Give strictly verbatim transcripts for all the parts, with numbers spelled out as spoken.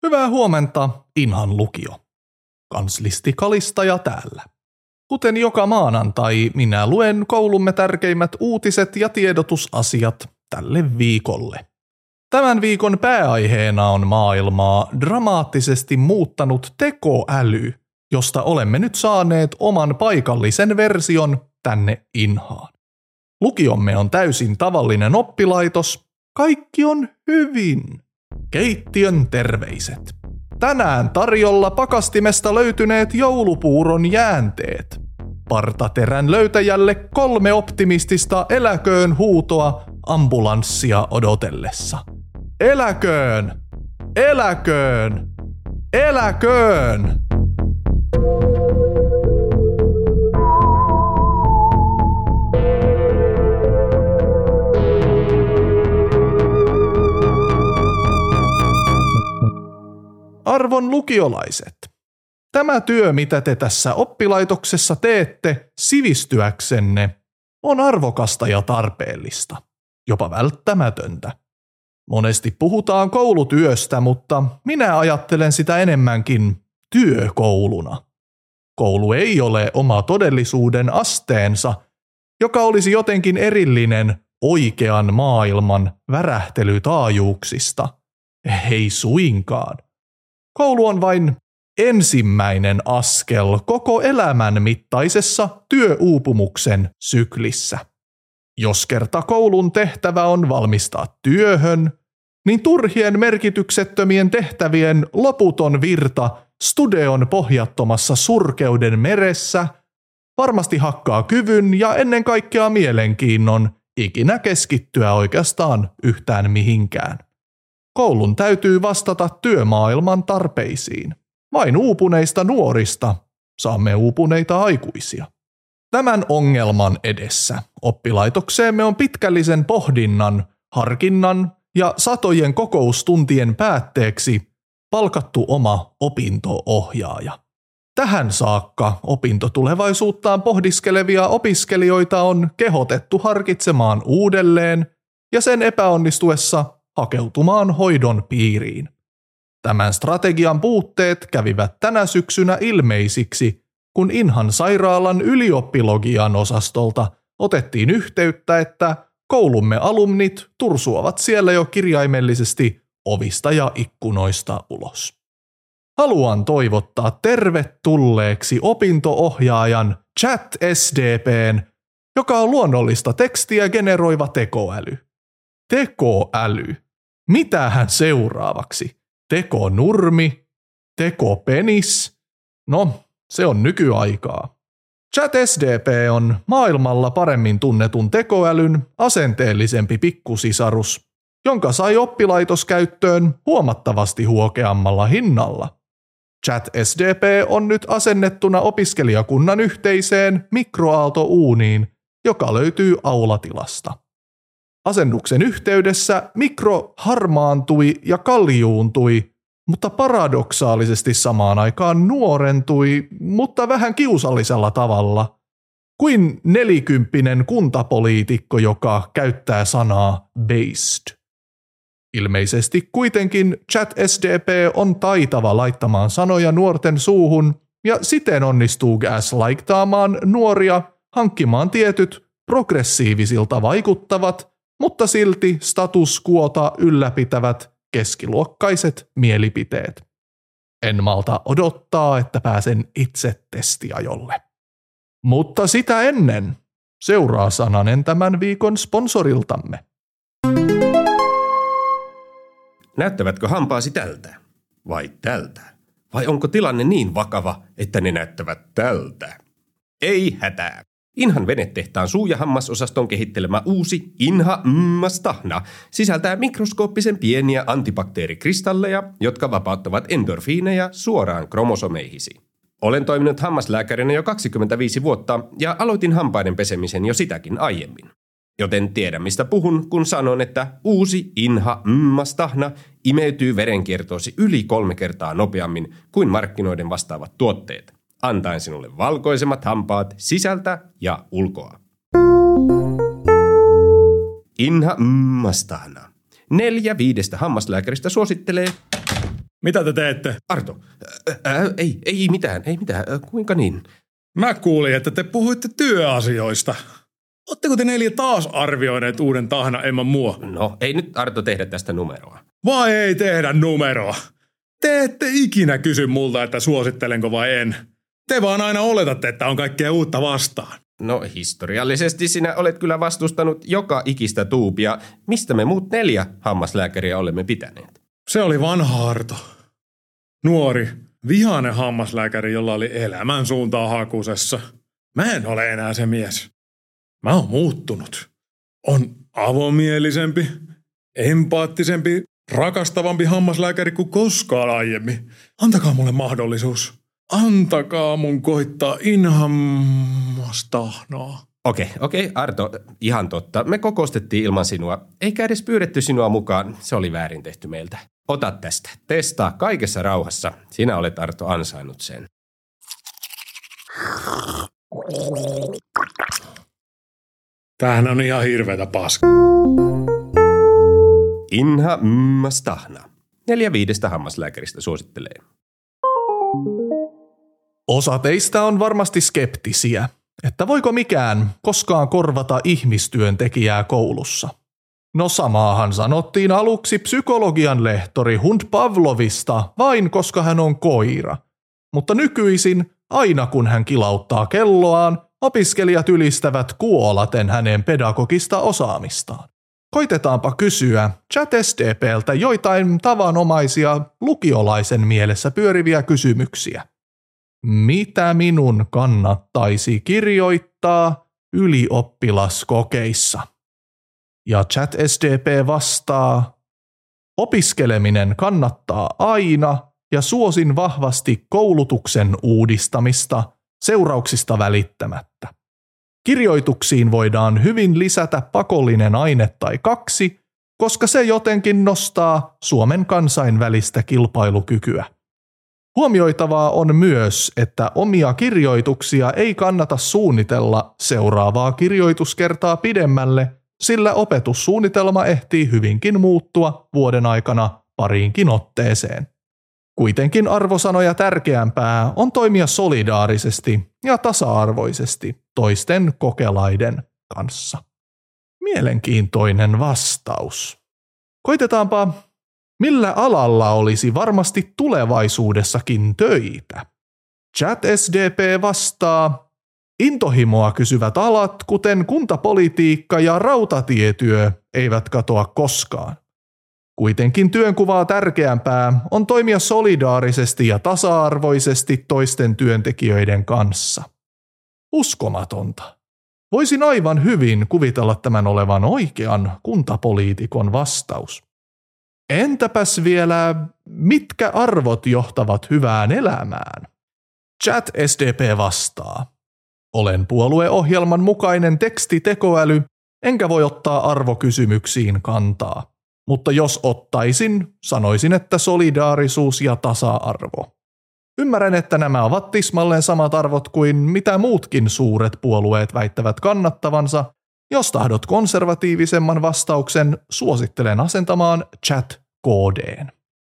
Hyvää huomenta, Inhan lukio. Kanslisti Kalistaja täällä. Kuten joka maanantai, minä luen koulumme tärkeimmät uutiset ja tiedotusasiat tälle viikolle. Tämän viikon pääaiheena on maailmaa dramaattisesti muuttanut tekoäly, josta olemme nyt saaneet oman paikallisen version tänne Inhaan. Lukiomme on täysin tavallinen oppilaitos. Kaikki on hyvin. Keittiön terveiset. Tänään tarjolla pakastimesta löytyneet joulupuuron jäänteet. Partaterän löytäjälle kolme optimistista eläköön huutoa ambulanssia odotellessa. Eläköön! Eläköön! Eläköön! Arvon lukiolaiset, tämä työ, mitä te tässä oppilaitoksessa teette sivistyäksenne, on arvokasta ja tarpeellista, jopa välttämätöntä. Monesti puhutaan koulutyöstä, mutta minä ajattelen sitä enemmänkin työkouluna. Koulu ei ole oma todellisuuden asteensa, joka olisi jotenkin erillinen oikean maailman värähtelytaajuuksista. Ei suinkaan. Koulu on vain ensimmäinen askel koko elämän mittaisessa työuupumuksen syklissä. Jos kerta koulun tehtävä on valmistaa työhön, niin turhien merkityksettömien tehtävien loputon virta studeon pohjattomassa surkeuden meressä varmasti hakkaa kyvyn ja ennen kaikkea mielenkiinnon ikinä keskittyä oikeastaan yhtään mihinkään. Koulun täytyy vastata työmaailman tarpeisiin. Vain uupuneista nuorista saamme uupuneita aikuisia. Tämän ongelman edessä oppilaitokseemme on pitkällisen pohdinnan, harkinnan ja satojen kokoustuntien päätteeksi palkattu oma opinto-ohjaaja. Tähän saakka opintotulevaisuuttaan pohdiskelevia opiskelijoita on kehotettu harkitsemaan uudelleen ja sen epäonnistuessa hakeutumaan hoidon piiriin. Tämän strategian puutteet kävivät tänä syksynä ilmeisiksi, kun Inhan sairaalan ylioppilogian osastolta otettiin yhteyttä, että koulumme alumnit tursuavat siellä jo kirjaimellisesti ovista ja ikkunoista ulos. Haluan toivottaa tervetulleeksi opinto-ohjaajan ChatSDPn, joka on luonnollista tekstiä generoiva tekoäly. Tekoäly. Mitähän seuraavaksi? Tekonurmi? Tekopenis? No, se on nykyaikaa. ChatSDP on maailmalla paremmin tunnetun tekoälyn asenteellisempi pikkusisarus, jonka sai oppilaitos käyttöön huomattavasti huokeammalla hinnalla. ChatSDP on nyt asennettuna opiskelijakunnan yhteiseen mikroaaltouuniin, joka löytyy aulatilasta. Asennuksen yhteydessä mikro harmaantui ja kaljuuntui, mutta paradoksaalisesti samaan aikaan nuorentui, mutta vähän kiusallisella tavalla, kuin nelikymppinen kuntapoliitikko, joka käyttää sanaa based. Ilmeisesti kuitenkin ChatSDP on taitava laittamaan sanoja nuorten suuhun ja siten onnistuu gaslighttaamaan nuoria hankkimaan tietyt progressiivisilta vaikuttavat, mutta silti status quota ylläpitävät keskiluokkaiset mielipiteet. En malta odottaa, että pääsen itse testiajolle. Mutta sitä ennen seuraa sananen tämän viikon sponsoriltamme. Näyttävätkö hampaasi tältä? Vai tältä? Vai onko tilanne niin vakava, että ne näyttävät tältä? Ei hätää. Inhan venetehtaan suu- ja hammasosaston kehittelemä uusi Inha Mastahna sisältää mikroskooppisen pieniä antibakteerikristalleja, jotka vapauttavat endorfiineja suoraan kromosomeihisi. Olen toiminut hammaslääkärinä jo kaksikymmentäviisi vuotta ja aloitin hampaiden pesemisen jo sitäkin aiemmin. Joten tiedän mistä puhun, kun sanon, että uusi Inha Mastahna imeytyy verenkiertoosi yli kolme kertaa nopeammin kuin markkinoiden vastaavat tuotteet, antaen sinulle valkoisemmat hampaat sisältä ja ulkoa. Inha Mastahna. Neljä viidestä hammaslääkäristä suosittelee. Mitä te teette? Arto, ää, ää, ei, ei mitään, ei mitään. Ää, kuinka niin? Mä kuulin, että te puhuitte työasioista. Ootteko te neljä taas arvioineet uuden Tahna Emman mua? No, ei nyt Arto tehdä tästä numeroa. Vai ei tehdä numeroa? Te ette ikinä kysy multa, että suosittelenko vai en. Te vaan aina oletatte, että on kaikkea uutta vastaan. No, historiallisesti sinä olet kyllä vastustanut joka ikistä tuupia. Mistä me muut neljä hammaslääkäriä olemme pitäneet? Se oli vanha Arto. Nuori, vihainen hammaslääkäri, jolla oli elämän suuntaa hakusessa. Mä en ole enää se mies. Mä oon muuttunut. On avomielisempi, empaattisempi, rakastavampi hammaslääkäri kuin koskaan aiemmin. Antakaa mulle mahdollisuus. Antakaa mun koittaa inhammastahnaa. Okei, okei, Arto, ihan totta. Me kokoustettiin ilman sinua, eikä edes pyydetty sinua mukaan. Se oli väärin tehty meiltä. Ota tästä. Testaa kaikessa rauhassa. Sinä olet, Arto, ansainnut sen. Tämähän on ihan hirveätä paskaa. Inhammastahna. Neljä viidestä hammaslääkäristä suosittelee. Osa teistä on varmasti skeptisiä, että voiko mikään koskaan korvata ihmistyöntekijää koulussa. No samaahan sanottiin aluksi psykologian lehtori Hund Pavlovista vain koska hän on koira. Mutta nykyisin, aina kun hän kilauttaa kelloaan, opiskelijat ylistävät kuolaten hänen pedagogista osaamistaan. Koitetaanpa kysyä Chat S D P:ltä joitain tavanomaisia lukiolaisen mielessä pyöriviä kysymyksiä. Mitä minun kannattaisi kirjoittaa ylioppilaskokeissa? Ja Chat S D P vastaa, opiskeleminen kannattaa aina ja suosin vahvasti koulutuksen uudistamista seurauksista välittämättä. Kirjoituksiin voidaan hyvin lisätä pakollinen aine tai kaksi, koska se jotenkin nostaa Suomen kansainvälistä kilpailukykyä. Huomioitavaa on myös, että omia kirjoituksia ei kannata suunnitella seuraavaa kirjoituskertaa pidemmälle, sillä opetussuunnitelma ehtii hyvinkin muuttua vuoden aikana pariinkin otteeseen. Kuitenkin arvosanoja tärkeämpää on toimia solidaarisesti ja tasa-arvoisesti toisten kokelaiden kanssa. Mielenkiintoinen vastaus. Koitetaanpa, millä alalla olisi varmasti tulevaisuudessakin töitä? Chat S D P vastaa, intohimoa kysyvät alat, kuten kuntapolitiikka ja rautatietyö, eivät katoa koskaan. Kuitenkin työnkuvaa tärkeämpää on toimia solidaarisesti ja tasa-arvoisesti toisten työntekijöiden kanssa. Uskomatonta. Voisin aivan hyvin kuvitella tämän olevan oikean kuntapoliitikon vastaus. Entäpäs vielä, mitkä arvot johtavat hyvään elämään? Chat S D P vastaa. Olen puolueohjelman mukainen tekstitekoäly, enkä voi ottaa arvokysymyksiin kantaa. Mutta jos ottaisin, sanoisin, että solidaarisuus ja tasa-arvo. Ymmärrän, että nämä ovat tismalleen samat arvot kuin mitä muutkin suuret puolueet väittävät kannattavansa. Jos tahdot konservatiivisemman vastauksen, suosittelen asentamaan Chat-K D:n.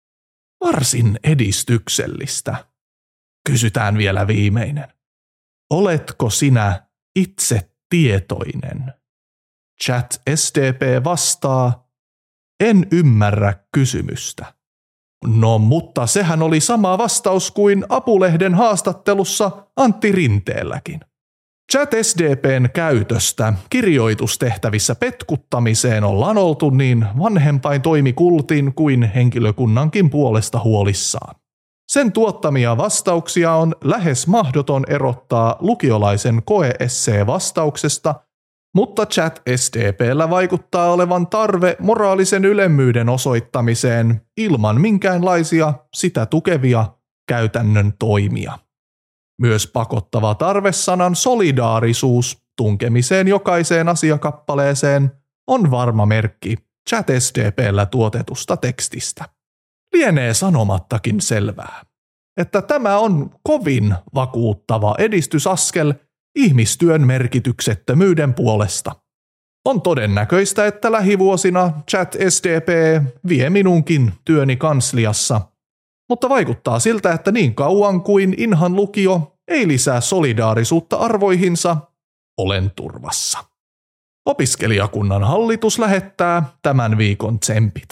Varsin edistyksellistä. Kysytään vielä viimeinen. Oletko sinä itse tietoinen? Chat S D P vastaa, en ymmärrä kysymystä. No, mutta sehän oli sama vastaus kuin Apulehden haastattelussa Antti Rinteelläkin. Chat S D P:n käytöstä kirjoitustehtävissä petkuttamiseen ollaan oltu niin vanhempain toimikultin kuin henkilökunnankin puolesta huolissaan. Sen tuottamia vastauksia on lähes mahdoton erottaa lukiolaisen koe-essee-vastauksesta, mutta Chat S D P:llä vaikuttaa olevan tarve moraalisen ylemmyyden osoittamiseen ilman minkäänlaisia sitä tukevia käytännön toimia. Myös pakottava tarve sanan solidaarisuus tunkemiseen jokaiseen asiakappaleeseen on varma merkki Chat S D P:llä tuotetusta tekstistä. Lienee sanomattakin selvää, että tämä on kovin vakuuttava edistysaskel ihmistyön merkityksettömyyden puolesta. On todennäköistä, että lähivuosina Chat S D P vie minunkin työni kansliassa mutta vaikuttaa siltä, että niin kauan kuin Inhan lukio ei lisää solidaarisuutta arvoihinsa, olen turvassa. Opiskelijakunnan hallitus lähettää tämän viikon tsempit.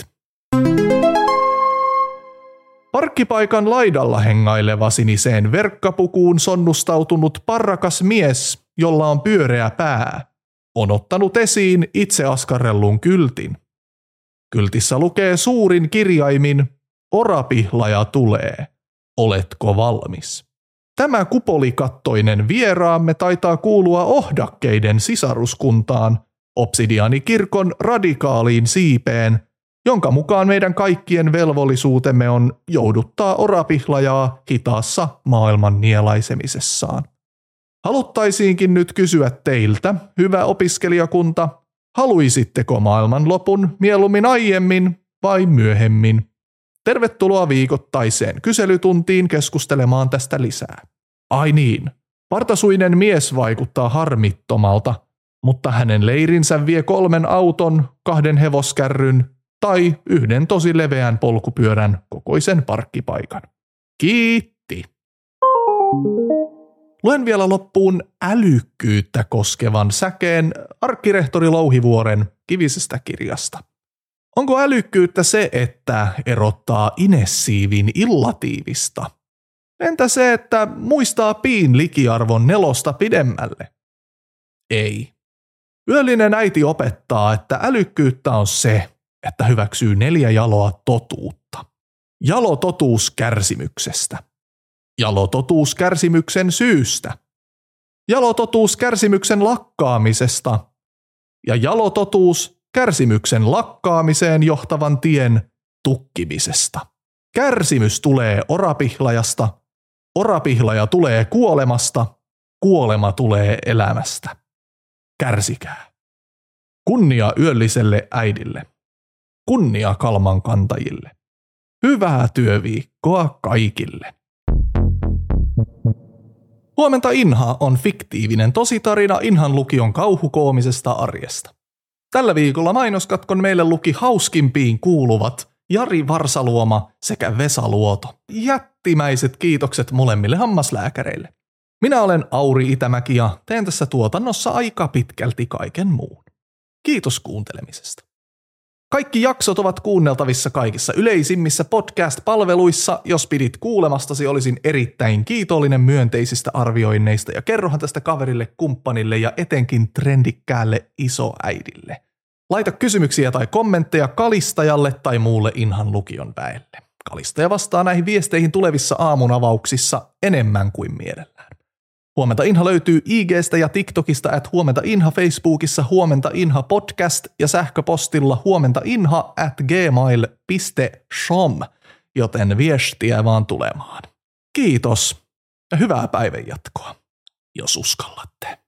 Parkkipaikan laidalla hengaileva siniseen verkkapukuun sonnustautunut parrakas mies, jolla on pyöreä pää, on ottanut esiin itse askarrellun kyltin. Kyltissä lukee suurin kirjaimin, orapihlaja tulee, oletko valmis? Tämä kupolikattoinen vieraamme taitaa kuulua ohdakkeiden sisaruskuntaan, Obsidianikirkon radikaaliin siipeen, jonka mukaan meidän kaikkien velvollisuutemme on jouduttaa orapihlajaa hitaassa maailman nielaisemisessaan. Haluttaisiinkin nyt kysyä teiltä, hyvä opiskelijakunta, haluisitteko maailmanlopun mieluummin aiemmin vai myöhemmin? Tervetuloa viikoittaiseen kyselytuntiin keskustelemaan tästä lisää. Ai niin, partasuinen mies vaikuttaa harmittomalta, mutta hänen leirinsä vie kolmen auton, kahden hevoskärryn tai yhden tosi leveän polkupyörän kokoisen parkkipaikan. Kiitti! Luen vielä loppuun älykkyyttä koskevan säkeen arkkirehtori Louhivuoren kivisestä kirjasta. Onko älykkyyttä se, että erottaa inessiivin illatiivista? Entä se, että muistaa piin likiarvon nelosta pidemmälle? Ei. Yöllinen äiti opettaa, että älykkyyttä on se, että hyväksyy neljä jaloa totuutta. Jalo totuus kärsimyksestä. Jalo totuus kärsimyksen syystä. Jalo totuus kärsimyksen lakkaamisesta. Ja jalo totuus kärsimyksen lakkaamiseen johtavan tien tukkimisesta. Kärsimys tulee orapihlajasta. Orapihlaja tulee kuolemasta. Kuolema tulee elämästä. Kärsikää. Kunnia yölliselle äidille. Kunnia kalman kantajille. Hyvää työviikkoa kaikille. Huomenta Inha on fiktiivinen tositarina Inhan lukion kauhukoomisesta arjesta. Tällä viikolla mainoskatkon meille luki hauskimpiin kuuluvat Jari Varsaluoma sekä Vesa Luoto. Jättimäiset kiitokset molemmille hammaslääkäreille. Minä olen Auri Itämäki ja teen tässä tuotannossa aika pitkälti kaiken muun. Kiitos kuuntelemisesta. Kaikki jaksot ovat kuunneltavissa kaikissa yleisimmissä podcast-palveluissa. Jos pidit kuulemastasi, olisin erittäin kiitollinen myönteisistä arvioinneista ja kerrohan tästä kaverille, kumppanille ja etenkin trendikkäälle isoäidille. Laita kysymyksiä tai kommentteja Kalistajalle tai muulle Inhan lukion väelle. Kalistaja vastaa näihin viesteihin tulevissa aamunavauksissa enemmän kuin mielellään. Huomenta Inha löytyy I G:stä ja TikTokista at Huomenta Inha, Facebookissa Huomenta Inha podcast ja sähköpostilla huomentainha at gmail piste com, joten viestiä vaan tulemaan. Kiitos ja hyvää päivänjatkoa, jos uskallatte.